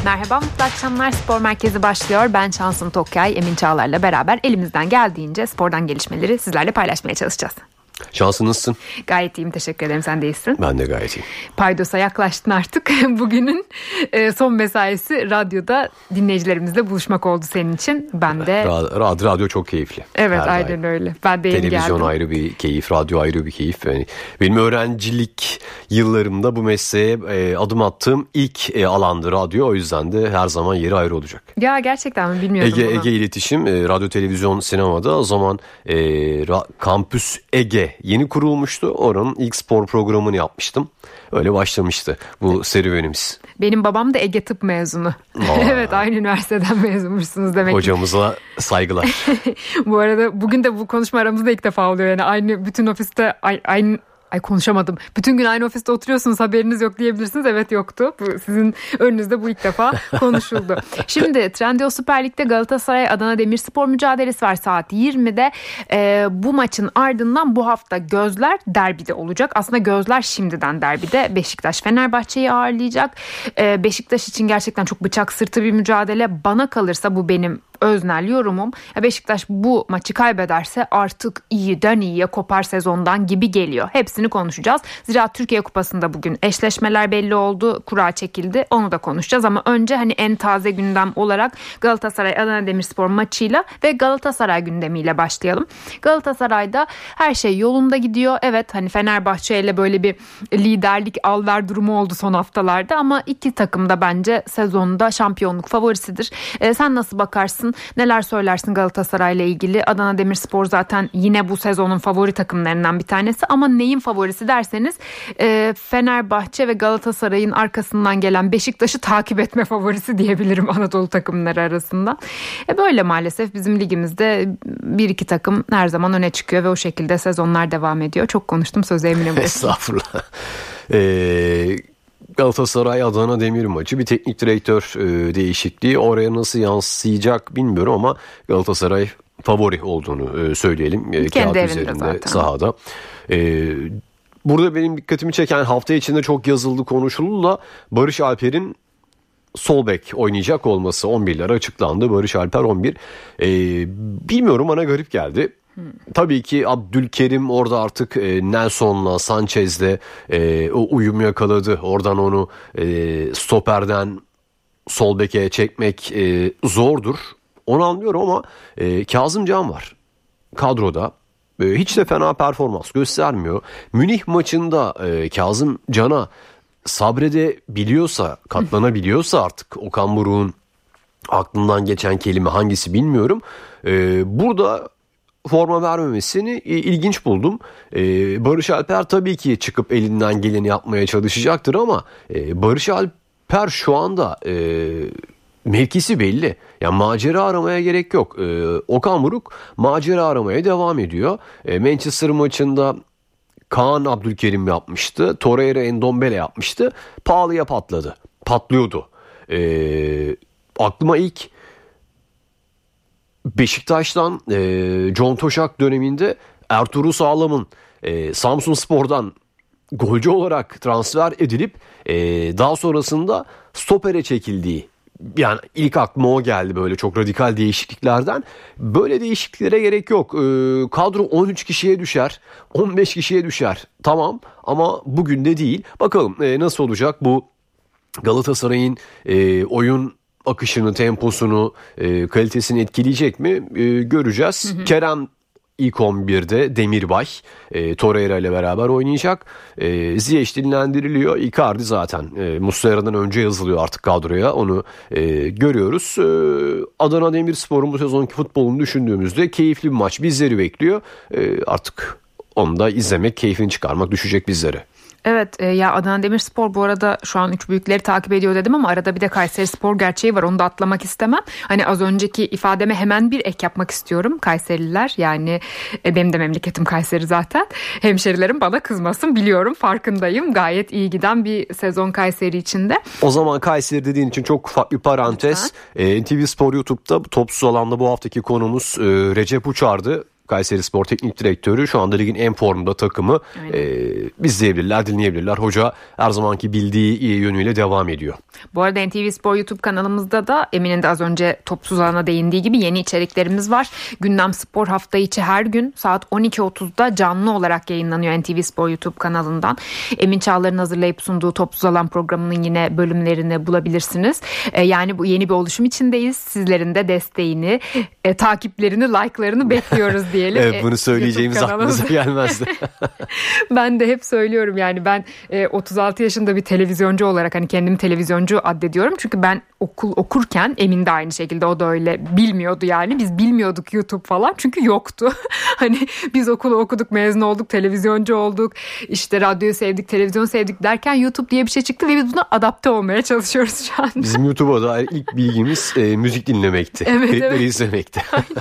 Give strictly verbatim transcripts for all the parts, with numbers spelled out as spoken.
Merhaba, mutlu akşamlar. Spor Merkezi başlıyor. Ben Şansım Tokyay, Emin Çağlar'la beraber elimizden geldiğince spordan gelişmeleri sizlerle paylaşmaya çalışacağız. Şansın nasılsın? Gayet iyiyim, teşekkür ederim. Sen de iyisin. Ben de gayet iyiyim. Paydos'a yaklaştın artık. Bugünün son mesaisi radyoda dinleyicilerimizle buluşmak oldu senin için. Ben de... Radyo, radyo çok keyifli. Evet, her aynen daim. Öyle. Ben de yeni Televizyon geldim. ayrı bir keyif, radyo ayrı bir keyif. Yani benim öğrencilik yıllarımda bu mesleğe e, adım attığım ilk e, alandı radyo. O yüzden de her zaman yeri ayrı olacak. Ya gerçekten mi? Bilmiyordum Ege, bunu. Ege İletişim, e, radyo, televizyon, sinemada o zaman e, ra, Kampüs Ege yeni kurulmuştu. Oranın ilk spor programını yapmıştım. Öyle başlamıştı bu serüvenimiz. Benim babam da Ege Tıp mezunu. Evet, aynı üniversiteden mezunmuşsunuz demek ki. Hocamıza saygılar. Bu arada bugün de bu konuşma aramızda ilk defa oluyor. Yani aynı bütün ofiste aynı... Ay konuşamadım. Bütün gün aynı ofiste oturuyorsunuz, haberiniz yok diyebilirsiniz. Evet, yoktu. Bu, sizin önünüzde bu ilk defa konuşuldu. Şimdi Trendyol Süper Lig'de Galatasaray Adana Demirspor mücadelesi var saat yirmide. Ee, bu maçın ardından bu hafta gözler derbide olacak. Aslında gözler şimdiden derbide. Beşiktaş Fenerbahçe'yi ağırlayacak. Ee, Beşiktaş için gerçekten çok bıçak sırtı bir mücadele. Bana kalırsa bu benim öznel yorumum. Beşiktaş bu maçı kaybederse artık iyiden iyiye kopar sezondan gibi geliyor. Hepsini konuşacağız. Zira Türkiye Kupası'nda bugün eşleşmeler belli oldu. Kura çekildi. Onu da konuşacağız ama önce hani en taze gündem olarak Galatasaray Adana Demirspor maçıyla ve Galatasaray gündemiyle başlayalım. Galatasaray'da her şey yolunda gidiyor. Evet, hani Fenerbahçe ile böyle bir liderlik al-ver durumu oldu son haftalarda ama iki takım da bence sezonda şampiyonluk favorisidir. Ee, sen nasıl bakarsın? Neler söylersin Galatasaray ile ilgili? Adana Demirspor zaten yine bu sezonun favori takımlarından bir tanesi ama neyin favorisi derseniz e, Fenerbahçe ve Galatasaray'ın arkasından gelen Beşiktaş'ı takip etme favorisi diyebilirim Anadolu takımları arasında. E, böyle maalesef bizim ligimizde bir iki takım her zaman öne çıkıyor ve o şekilde sezonlar devam ediyor. Çok konuştum, sözü Emine bırakayım. Estağfurullah. Eee... Galatasaray Adana Demir maçı, bir teknik direktör e, değişikliği oraya nasıl yansıyacak bilmiyorum ama Galatasaray favori olduğunu e, söyleyelim. E, Kendi kağıt evinde üzerinde, zaten. sahada. E, burada benim dikkatimi çeken, hafta içinde çok yazıldı, konuşuldu da Barış Alper'in sol bek oynayacak olması on birleri açıklandı. Barış Alper on bir. E, bilmiyorum, bana garip geldi. Hmm. Tabii ki Abdülkerim orada artık e, Nelson'la, Sanchez'le e, o uyumu yakaladı. Oradan onu e, stoperden sol beke çekmek e, zordur. Onu anlıyorum ama e, Kazımcan var kadroda. E, hiç de fena performans göstermiyor. Münih maçında e, Kazımcan'a sabredebiliyorsa, katlanabiliyorsa artık Okan Buruk'un aklından geçen kelime hangisi bilmiyorum. E, burada forma vermemesini ilginç buldum. Ee, Barış Alper tabii ki çıkıp elinden geleni yapmaya çalışacaktır ama e, Barış Alper şu anda e, mevkisi belli. Yani macera aramaya gerek yok. E, Okan Buruk macera aramaya devam ediyor. E, Manchester maçında Kaan Abdülkerim yapmıştı. Torreira Endombele yapmıştı. Pahalıya patladı. Patlıyordu. E, aklıma ilk Beşiktaş'tan e, John Toşak döneminde Ertuğrul Sağlam'ın e, Samsunspor'dan golcü olarak transfer edilip e, daha sonrasında stopere çekildiği, yani ilk aklıma o geldi, böyle çok radikal değişikliklerden. Böyle değişikliklere gerek yok. E, kadro on üç kişiye düşer, on beş kişiye düşer. Tamam ama bugün de değil. Bakalım e, nasıl olacak bu Galatasaray'ın e, oyun akışını, temposunu, e, kalitesini etkileyecek mi e, göreceğiz. Hı hı. Kerem ilk on birde, Demirbay e, Torreira ile beraber oynayacak. E, Ziyech dinlendiriliyor. Icardi zaten e, Muslera'dan önce yazılıyor artık kadroya. Onu e, görüyoruz. E, Adana Demirspor'un bu sezonki futbolunu düşündüğümüzde keyifli bir maç bizleri bekliyor. E, artık onu da izlemek, keyfini çıkarmak düşecek bizlere. Evet ya, Adana Demirspor bu arada şu an üç büyükleri takip ediyor dedim ama arada bir de Kayserispor gerçeği var, onu da atlamak istemem. Hani az önceki ifademe hemen bir ek yapmak istiyorum. Kayseriler, yani benim de memleketim Kayseri zaten. Hemşerilerim bana kızmasın, biliyorum, farkındayım. Gayet iyi giden bir sezon Kayseri içinde. O zaman Kayseri dediğin için çok ufak bir parantez. E, N T V Spor YouTube'da Topsuz Alan'da bu haftaki konumuz e, Recep Uçar'dı. Kayserispor Teknik Direktörü. Şu anda ligin en formda takımı. E, izleyebilirler, dinleyebilirler. Hoca her zamanki bildiği yönüyle devam ediyor. Bu arada N T V Spor YouTube kanalımızda da Emin'in de az önce topsuz alana değindiği gibi yeni içeriklerimiz var. Gündem Spor hafta içi her gün saat on iki otuzda canlı olarak yayınlanıyor N T V Spor YouTube kanalından. Emin Çağlar'ın hazırlayıp sunduğu Topsuz Alan programının yine bölümlerini bulabilirsiniz. E, yani bu yeni bir oluşum içindeyiz. Sizlerin de desteğini, e, takiplerini, like'larını bekliyoruz diyelim. Evet, bunu söyleyeceğimiz aklınıza gelmezdi. Ben de hep söylüyorum yani ben e, otuz altı yaşında bir televizyoncu olarak hani kendimi televizyoncu addediyorum. Çünkü ben okul okurken Emin de aynı şekilde o da öyle bilmiyordu yani. Biz bilmiyorduk YouTube falan çünkü yoktu. Hani biz okulu okuduk, mezun olduk, televizyoncu olduk. İşte radyoyu sevdik, televizyonu sevdik derken YouTube diye bir şey çıktı ve biz buna adapte olmaya çalışıyoruz şu anda. Bizim YouTube'a dair ilk bilgimiz e, müzik dinlemekti. Evet, klipleri evet. izlemekti.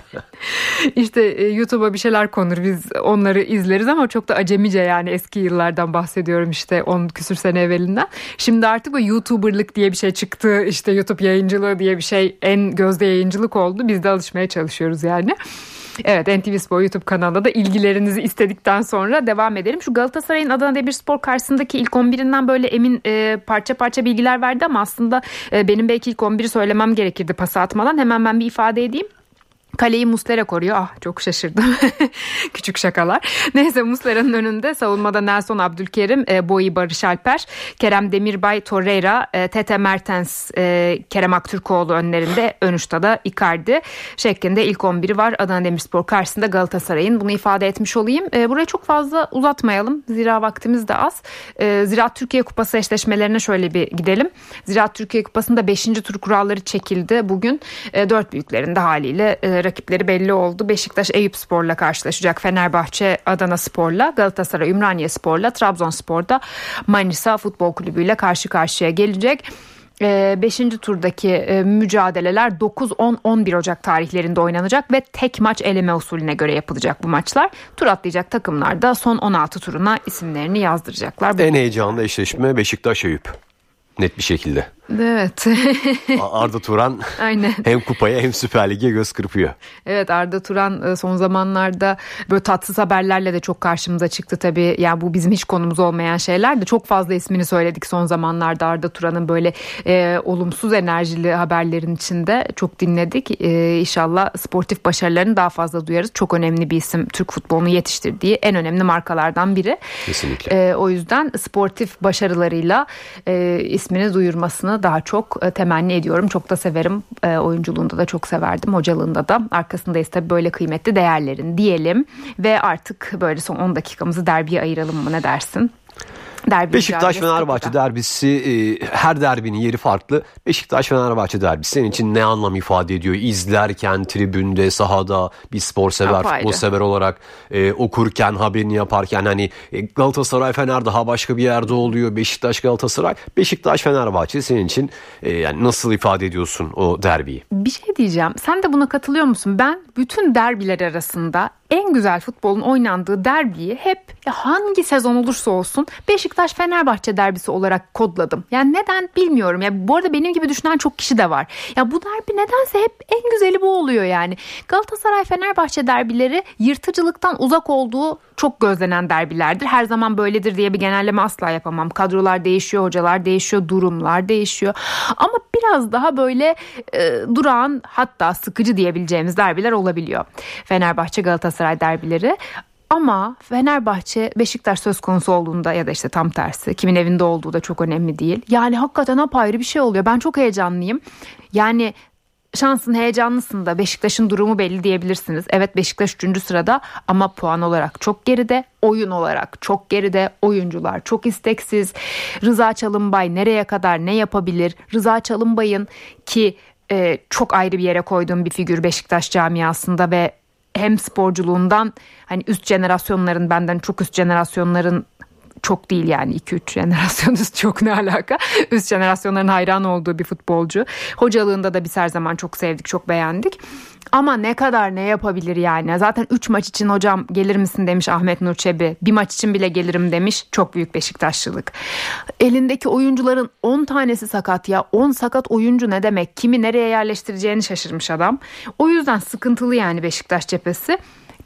İşte e, YouTube'a bir şeyler konur, biz onları izleriz ama çok da acemice yani eski yıllardan bahsediyorum işte on küsür sene evvelinden. Şimdi artık bu YouTuber'lık diye bir şey çıktı. İşte YouTube yayıncılığı diye bir şey en gözde yayıncılık oldu. Biz de alışmaya çalışıyoruz yani. Evet, N T V Spor YouTube kanalında da ilgilerinizi istedikten sonra devam edelim. Şu Galatasaray'ın Adana Demirspor karşısındaki ilk on birinden böyle Emin e, parça parça bilgiler verdi ama aslında e, benim belki ilk on biri söylemem gerekirdi pası atmadan. Hemen ben bir ifade edeyim. Kaleyi Muslera koruyor. Ah, çok şaşırdım. Küçük şakalar. Neyse, Muslera'nın önünde savunmada Nelson Abdülkerim, e, Boyi Barış Alper, Kerem Demirbay Torreira, e, Tete Mertens, e, Kerem Aktürkoğlu önlerinde. Ön uçta da Icardi şeklinde ilk on biri var Adana Demirspor karşısında Galatasaray'ın. Bunu ifade etmiş olayım. E, burayı çok fazla uzatmayalım. Zira vaktimiz de az. E, Ziraat Türkiye Kupası eşleşmelerine şöyle bir gidelim. Ziraat Türkiye Kupası'nda beşinci tur kuralları çekildi. Bugün e, dört büyüklerin de haliyle e, rakipleri belli oldu. Beşiktaş Eyüpspor'la karşılaşacak. Fenerbahçe Adanaspor'la, Galatasaray Ümraniyespor'la, Trabzonspor'da Manisa Futbol Kulübü'yle karşı karşıya gelecek. beşinci turdaki mücadeleler dokuz, on, on bir Ocak tarihlerinde oynanacak ve tek maç eleme usulüne göre yapılacak bu maçlar. Tur atlayacak takımlar da son on altı turuna isimlerini yazdıracaklar. En heyecanlı eşleşme Beşiktaş Eyüp. Net bir şekilde. Evet. Arda Turan Aynen. hem kupaya hem Süper Lig'e göz kırpıyor. Evet, Arda Turan son zamanlarda böyle tatsız haberlerle de çok karşımıza çıktı tabii. Yani bu bizim hiç konumuz olmayan şeyler de çok fazla ismini söyledik son zamanlarda Arda Turan'ın böyle e, olumsuz enerjili haberlerin içinde çok dinledik. E, İnşallah sportif başarılarını daha fazla duyarız. Çok önemli bir isim, Türk futbolunu yetiştirdiği en önemli markalardan biri. Kesinlikle. E, o yüzden sportif başarılarıyla e, ismini duyurmasını daha çok e, temenni ediyorum. Çok da severim. E, oyunculuğunda da çok severdim. Hocalığında da. Arkasındayız tabii böyle kıymetli değerlerin diyelim. Ve artık böyle son on dakikamızı derbiye ayıralım mı, ne dersin? Derbi Beşiktaş-Fenerbahçe derbisi, e, her derbinin yeri farklı. Beşiktaş-Fenerbahçe derbisi senin için ne anlam ifade ediyor? İzlerken, tribünde, sahada bir spor sever, futbol sever olarak e, okurken, haberini yaparken hani e, Galatasaray-Fener daha başka bir yerde oluyor. Beşiktaş-Galatasaray, Beşiktaş-Fenerbahçe senin için e, yani nasıl ifade ediyorsun o derbiyi? Bir şey diyeceğim. Sen de buna katılıyor musun? Ben bütün derbiler arasında en güzel futbolun oynandığı derbiyi hep hangi sezon olursa olsun Beşiktaş-Fenerbahçe derbisi olarak kodladım. Yani neden bilmiyorum. Ya bu arada benim gibi düşünen çok kişi de var. Ya bu derbi nedense hep en güzeli bu oluyor yani. Galatasaray-Fenerbahçe derbileri yırtıcılıktan uzak olduğu çok gözlenen derbilerdir. Her zaman böyledir diye bir genelleme asla yapamam. Kadrolar değişiyor, hocalar değişiyor, durumlar değişiyor. Ama biraz daha böyle e, durağan, hatta sıkıcı diyebileceğimiz derbiler olabiliyor. Fenerbahçe-Galatasaray derbileri. Ama Fenerbahçe Beşiktaş söz konusu olduğunda ya da işte tam tersi, kimin evinde olduğu da çok önemli değil. Yani hakikaten apayrı bir şey oluyor. Ben çok heyecanlıyım. Yani şansın heyecanlısın da Beşiktaş'ın durumu belli diyebilirsiniz. Evet, Beşiktaş üçüncü sırada ama puan olarak çok geride, oyun olarak çok geride, oyuncular çok isteksiz. Rıza Çalınbay nereye kadar ne yapabilir? Rıza Çalınbay'ın ki e, çok ayrı bir yere koyduğum bir figür Beşiktaş camiasında ve hem sporculuğundan hani üst jenerasyonların, benden çok üst jenerasyonların, çok değil yani iki üç jenerasyon üst, çok ne alaka, üst jenerasyonların hayran olduğu bir futbolcu. Hocalığında da biz her zaman çok sevdik, çok beğendik. Ama ne kadar ne yapabilir yani. Zaten üç maç için hocam gelir misin demiş Ahmet Nur Çebi. Bir maç için bile gelirim demiş. Çok büyük Beşiktaşlılık. Elindeki oyuncuların on tanesi sakat ya. on sakat oyuncu ne demek? Kimi nereye yerleştireceğini şaşırmış adam. O yüzden sıkıntılı yani Beşiktaş cephesi.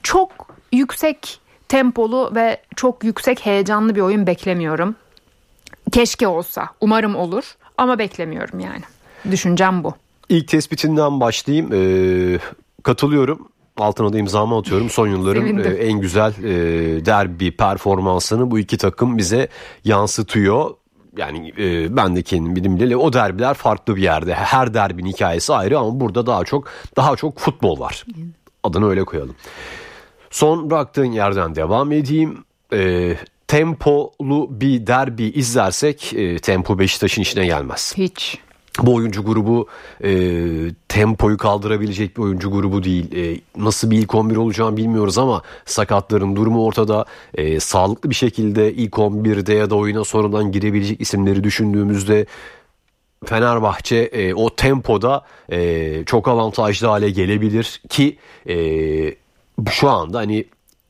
çok yüksek tempolu ve çok yüksek heyecanlı bir oyun beklemiyorum. Keşke olsa. Umarım olur ama beklemiyorum yani. Düşüncem bu. İlk tespitinden başlayayım. Ee, katılıyorum. Altına da imzamı atıyorum. Son yılların e, en güzel e, derbi performansını bu iki takım bize yansıtıyor. Yani e, ben de kendim bildim bileli o derbiler farklı bir yerde. Her derbinin hikayesi ayrı ama burada daha çok daha çok futbol var. Adını öyle koyalım. Son bıraktığın yerden devam edeyim. E, tempolu bir derbi izlersek e, tempo Beşiktaş'ın işine gelmez. Hiç. Bu oyuncu grubu e, tempoyu kaldırabilecek bir oyuncu grubu değil. E, nasıl bir ilk on bir olacağını bilmiyoruz ama sakatların durumu ortada. E, sağlıklı bir şekilde ilk on birde ya da oyuna sonradan girebilecek isimleri düşündüğümüzde Fenerbahçe e, o tempoda e, çok avantajlı hale gelebilir ki e, şu anda hani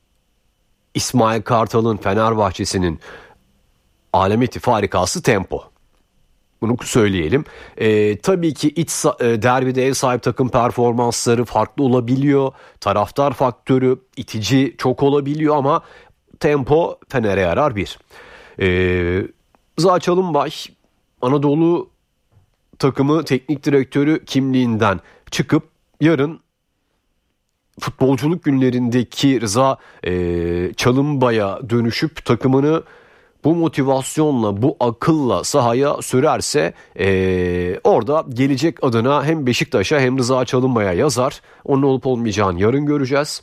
İsmail Kartal'ın Fenerbahçe'sinin alameti farikası tempo. Bunu söyleyelim. Ee, tabii ki iç e, derbide ev sahibi takım performansları farklı olabiliyor. Taraftar faktörü itici çok olabiliyor ama tempo Fener'e yarar bir. Ee, Rıza Çalınbay Anadolu takımı teknik direktörü kimliğinden çıkıp yarın futbolculuk günlerindeki Rıza e, Çalınbay'a dönüşüp takımını bu motivasyonla, bu akılla sahaya sürerse ee, orada gelecek adına hem Beşiktaş'a hem Rıza Çalınbay'a yazar. Onun olup olmayacağını yarın göreceğiz.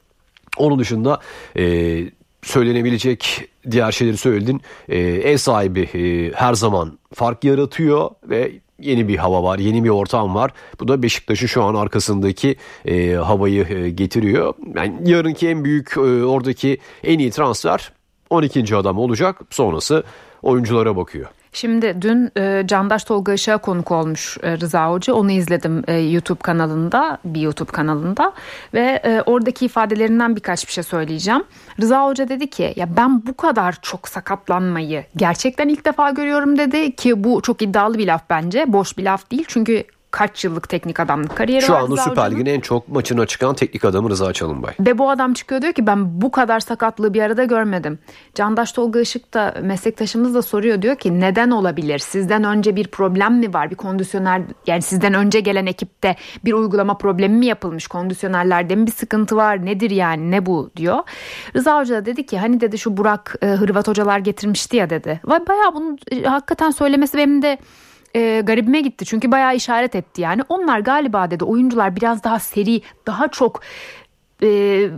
Onun dışında ee, söylenebilecek diğer şeyleri söyledin. Ee, ev sahibi ee, her zaman fark yaratıyor ve yeni bir hava var, yeni bir ortam var. Bu da Beşiktaş'ın şu an arkasındaki ee, havayı ee, getiriyor. Yani yarınki en büyük ee, oradaki en iyi transfer on ikinci adam olacak. Sonrası oyunculara bakıyor. Şimdi dün e, Candaş Tolga Işık'a konuk olmuş e, Rıza Hoca. Onu izledim e, YouTube kanalında, bir YouTube kanalında ve e, oradaki ifadelerinden birkaç bir şey söyleyeceğim. Rıza Hoca dedi ki ya ben bu kadar çok sakatlanmayı gerçekten ilk defa görüyorum dedi ki bu çok iddialı bir laf bence. Boş bir laf değil çünkü kaç yıllık teknik adamlık kariyeri Şu var. anda Rıza Süper Hoca'nın. Lig'in en çok maçına çıkan teknik adamı Rıza Çalınbay. Ve bu adam çıkıyor diyor ki ben bu kadar sakatlığı bir arada görmedim. Candaş Tolga Işık da meslektaşımız da soruyor diyor ki neden olabilir? Sizden önce bir problem mi var? Bir kondisyoner yani sizden önce gelen ekipte bir uygulama problemi mi yapılmış? Kondisyonerlerde mi bir sıkıntı var? Nedir yani ne bu diyor. Rıza Hoca da dedi ki hani dedi şu Burak e, Hırvat hocalar getirmişti ya dedi. Ve bayağı bunu e, hakikaten söylemesi benim de E, garibime gitti çünkü bayağı işaret etti yani onlar galiba dedi oyuncular biraz daha seri daha çok e,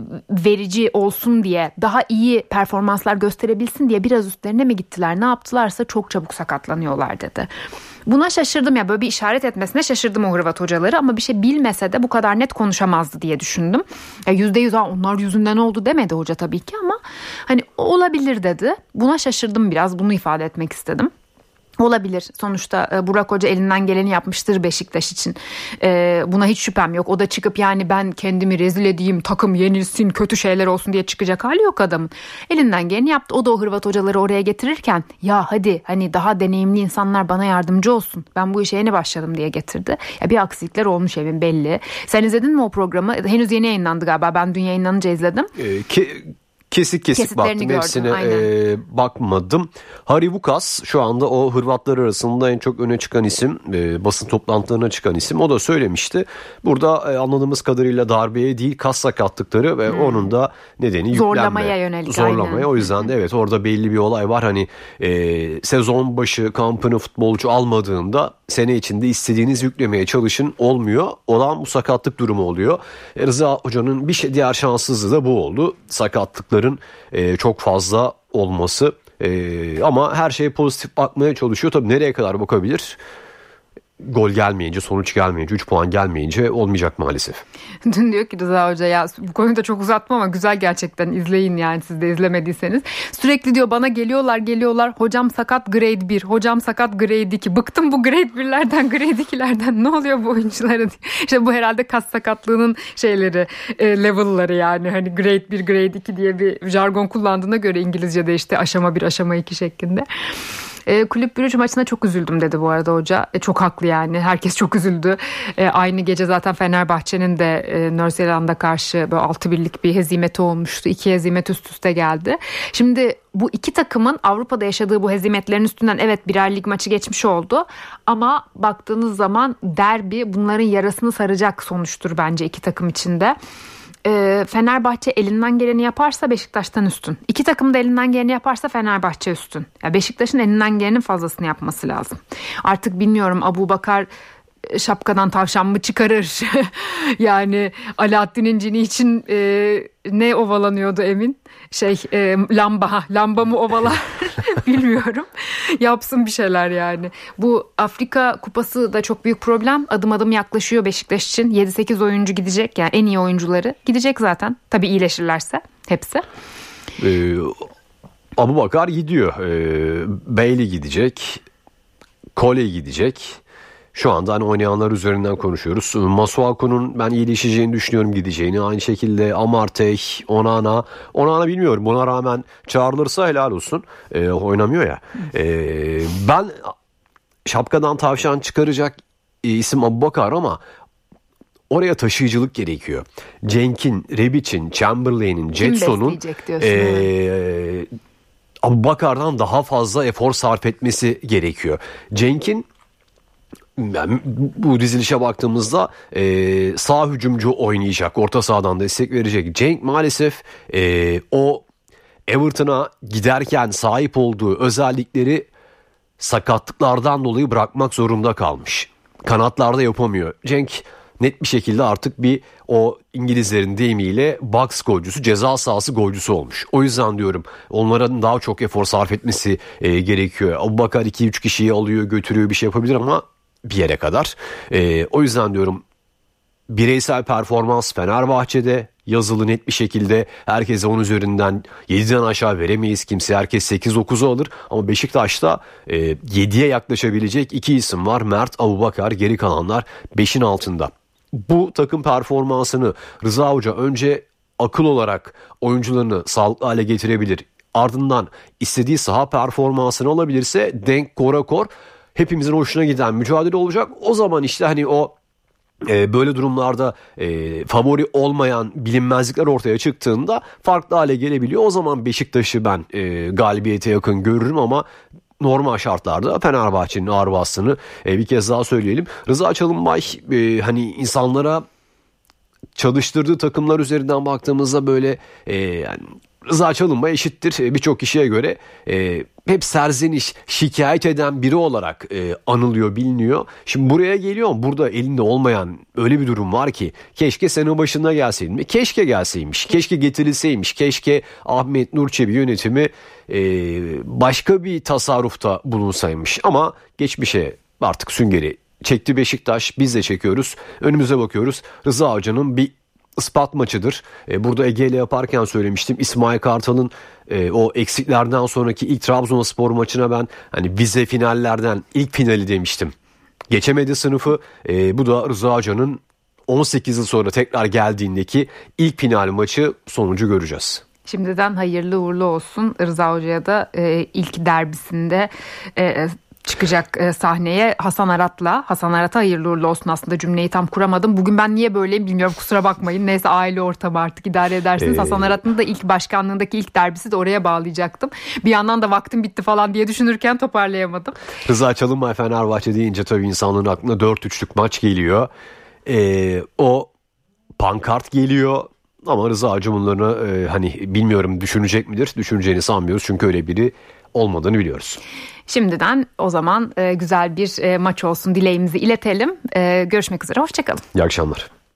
verici olsun diye daha iyi performanslar gösterebilsin diye biraz üstlerine mi gittiler ne yaptılarsa çok çabuk sakatlanıyorlar dedi. Buna şaşırdım ya böyle bir işaret etmesine şaşırdım o Hırvat hocaları ama bir şey bilmese de bu kadar net konuşamazdı diye düşündüm. Ya yüzde yüz onlar yüzünden oldu demedi hoca tabii ki ama hani olabilir dedi. Buna şaşırdım biraz bunu ifade etmek istedim. Olabilir. Sonuçta Burak Hoca elinden geleni yapmıştır Beşiktaş için. Ee, buna hiç şüphem yok. O da çıkıp yani ben kendimi rezil edeyim, takım yenilsin, kötü şeyler olsun diye çıkacak hali yok adamın. Elinden geleni yaptı. O da o Hırvat hocaları oraya getirirken ya hadi hani daha deneyimli insanlar bana yardımcı olsun. Ben bu işe yeni başladım diye getirdi. Ya bir aksilikler olmuş evin belli. Sen izledin mi o programı? Henüz yeni yayınlandı galiba. Ben dün yayınlanınca izledim. Ee, ki... Kesik kesik baktım gördüm, hepsine e, bakmadım. Harry Vukas şu anda o Hırvatlar arasında en çok öne çıkan isim, e, basın toplantılarına çıkan isim. O da söylemişti. Burada e, anladığımız kadarıyla darbeye değil kas sakatlıkları ve hmm. onun da nedeni yüklenme. Zorlamaya yönelik. Zorlamaya aynen. O yüzden de evet orada belli bir olay var. Hani e, sezon başı kampını futbolcu almadığında sene içinde istediğiniz yüklemeye çalışın olmuyor. Olan bu sakatlık durumu oluyor. E, Rıza Hoca'nın bir şey diğer şanssızlığı da bu oldu. Sakatlıkların e, çok fazla olması e, ama her şeye pozitif bakmaya çalışıyor. Tabii nereye kadar bakabilir? Gol gelmeyince, sonuç gelmeyince, üç puan gelmeyince olmayacak maalesef. Dün diyor ki Rıza Hoca ya bu konuyu da çok uzatma ama güzel gerçekten izleyin yani siz de izlemediyseniz. Sürekli diyor bana geliyorlar geliyorlar hocam sakat grade bir, hocam sakat grade iki. Bıktım bu grade birlerden grade ikilerden ne oluyor bu oyunculara diye. İşte bu herhalde kas sakatlığının şeyleri e, level'ları yani hani grade bir grade iki diye bir jargon kullandığına göre İngilizce'de işte aşama bir aşama iki şeklinde. E, Kulüp Brugge maçına çok üzüldüm dedi bu arada hoca. E, çok haklı yani. Herkes çok üzüldü. E, aynı gece zaten Fenerbahçe'nin de e, Nordsjælland'a karşı böyle altı birlik bir hezimeti olmuştu. İki hezimet üst üste geldi. Şimdi bu iki takımın Avrupa'da yaşadığı bu hezimetlerin üstünden evet birer lig maçı geçmiş oldu. Ama baktığınız zaman derbi bunların yarasını saracak sonuçtur bence iki takım içinde. Fenerbahçe elinden geleni yaparsa Beşiktaş'tan üstün. İki takım da elinden geleni yaparsa Fenerbahçe üstün. Ya Beşiktaş'ın elinden gelenin fazlasını yapması lazım. Artık bilmiyorum, Abubakar şapkadan tavşan mı çıkarır? Yani Alaaddin'in cini için e, ne ovalanıyordu Emin? Şey e, lamba, lamba mı ovalar bilmiyorum. Yapsın bir şeyler yani. Bu Afrika Kupası da çok büyük problem. Adım adım yaklaşıyor Beşiktaş için. yedi sekiz oyuncu gidecek, yani en iyi oyuncuları gidecek zaten. Tabii iyileşirlerse hepsi. Ee, Abubakar gidiyor. Ee, Bailey gidecek. Cole gidecek. Şu anda hani oynayanlar üzerinden konuşuyoruz. Masuaku'nun ben iyileşeceğini düşünüyorum, gideceğini. Aynı şekilde Amartey, Onana. Onana bilmiyorum. Buna rağmen çağrılırsa helal olsun. E, oynamıyor ya. E, ben şapkadan tavşan çıkaracak isim Abubakar ama oraya taşıyıcılık gerekiyor. Cenk'in, Rebic'in, Chamberlain'in, Jetson'un e, Abubakar'dan daha fazla efor sarf etmesi gerekiyor. Cenk'in yani bu dizilişe baktığımızda e, sağ hücumcu oynayacak, orta sahadan destek verecek. Cenk maalesef e, o Everton'a giderken sahip olduğu özellikleri sakatlıklardan dolayı bırakmak zorunda kalmış. Kanatlarda yapamıyor. Cenk net bir şekilde artık bir o İngilizlerin deyimiyle box golcüsü, ceza sahası golcüsü olmuş. O yüzden diyorum onların daha çok efor sarf etmesi e, gerekiyor. Abubakar iki üç kişiyi alıyor, götürüyor, bir şey yapabilir ama bir yere kadar. E, o yüzden diyorum bireysel performans Fenerbahçe'de yazılı net bir şekilde, herkese on üzerinden yediden aşağı veremeyiz kimse. Herkes sekiz dokuzu alır ama Beşiktaş'ta e, yediye yaklaşabilecek iki isim var. Mert, Abubakar, geri kalanlar beşin altında. Bu takım performansını Rıza Hoca önce akıl olarak oyuncularını sağlıklı hale getirebilir. Ardından istediği saha performansını alabilirse denk korakor hepimizin hoşuna giden mücadele olacak. O zaman işte hani o e, böyle durumlarda e, favori olmayan bilinmezlikler ortaya çıktığında farklı hale gelebiliyor. O zaman Beşiktaş'ı ben e, galibiyete yakın görürüm ama normal şartlarda Fenerbahçe'nin ağır bastığını e, bir kez daha söyleyelim. Rıza Çalınbay e, hani insanlara çalıştırdığı takımlar üzerinden baktığımızda böyle e, yani Rıza Çalınbay eşittir birçok kişiye göre e, hep serzeniş, şikayet eden biri olarak e, anılıyor, biliniyor. Şimdi buraya geliyor, burada elinde olmayan öyle bir durum var ki keşke sene başında gelseydim mi? Keşke gelseymiş, keşke getirilseymiş, keşke Ahmet Nur Çebi yönetimi e, başka bir tasarrufta bulunsaymış. Ama geçmişe artık süngeri çekti Beşiktaş, biz de çekiyoruz. Önümüze bakıyoruz. Rıza Hoca'nın bir ispat maçıdır. E, burada Ege ile yaparken söylemiştim. İsmail Kartal'ın e, o eksiklerden sonraki ilk Trabzonspor maçına ben hani vize finallerden ilk finali demiştim. Geçemedi sınıfı. E, bu da Rıza Hoca'nın on sekiz yıl sonra tekrar geldiğindeki ilk final maçı, sonucu göreceğiz. Şimdiden hayırlı uğurlu olsun Rıza Hoca'ya da e, ilk derbisinde e, çıkacak e, sahneye Hasan Arat'la. Hasan Arat'a hayırlı uğurlu olsun, aslında cümleyi tam kuramadım. Bugün ben niye böyleyim bilmiyorum, kusura bakmayın. Neyse, aile ortamı artık idare edersiniz. Ee... Hasan Arat'ın da ilk başkanlığındaki ilk derbisi de oraya bağlayacaktım. Bir yandan da vaktim bitti falan diye düşünürken toparlayamadım. Rıza Çalınbay Fenerbahçe deyince tabii insanların aklına dört üçlük maç geliyor. Ee, o pankart geliyor. Ama Rıza Hoca bunları e, hani bilmiyorum düşünecek midir? Düşüneceğini sanmıyoruz çünkü öyle biri olmadığını biliyoruz. Şimdiden o zaman e, güzel bir e, maç olsun dileğimizi iletelim. E, görüşmek üzere, hoşçakalın. İyi akşamlar.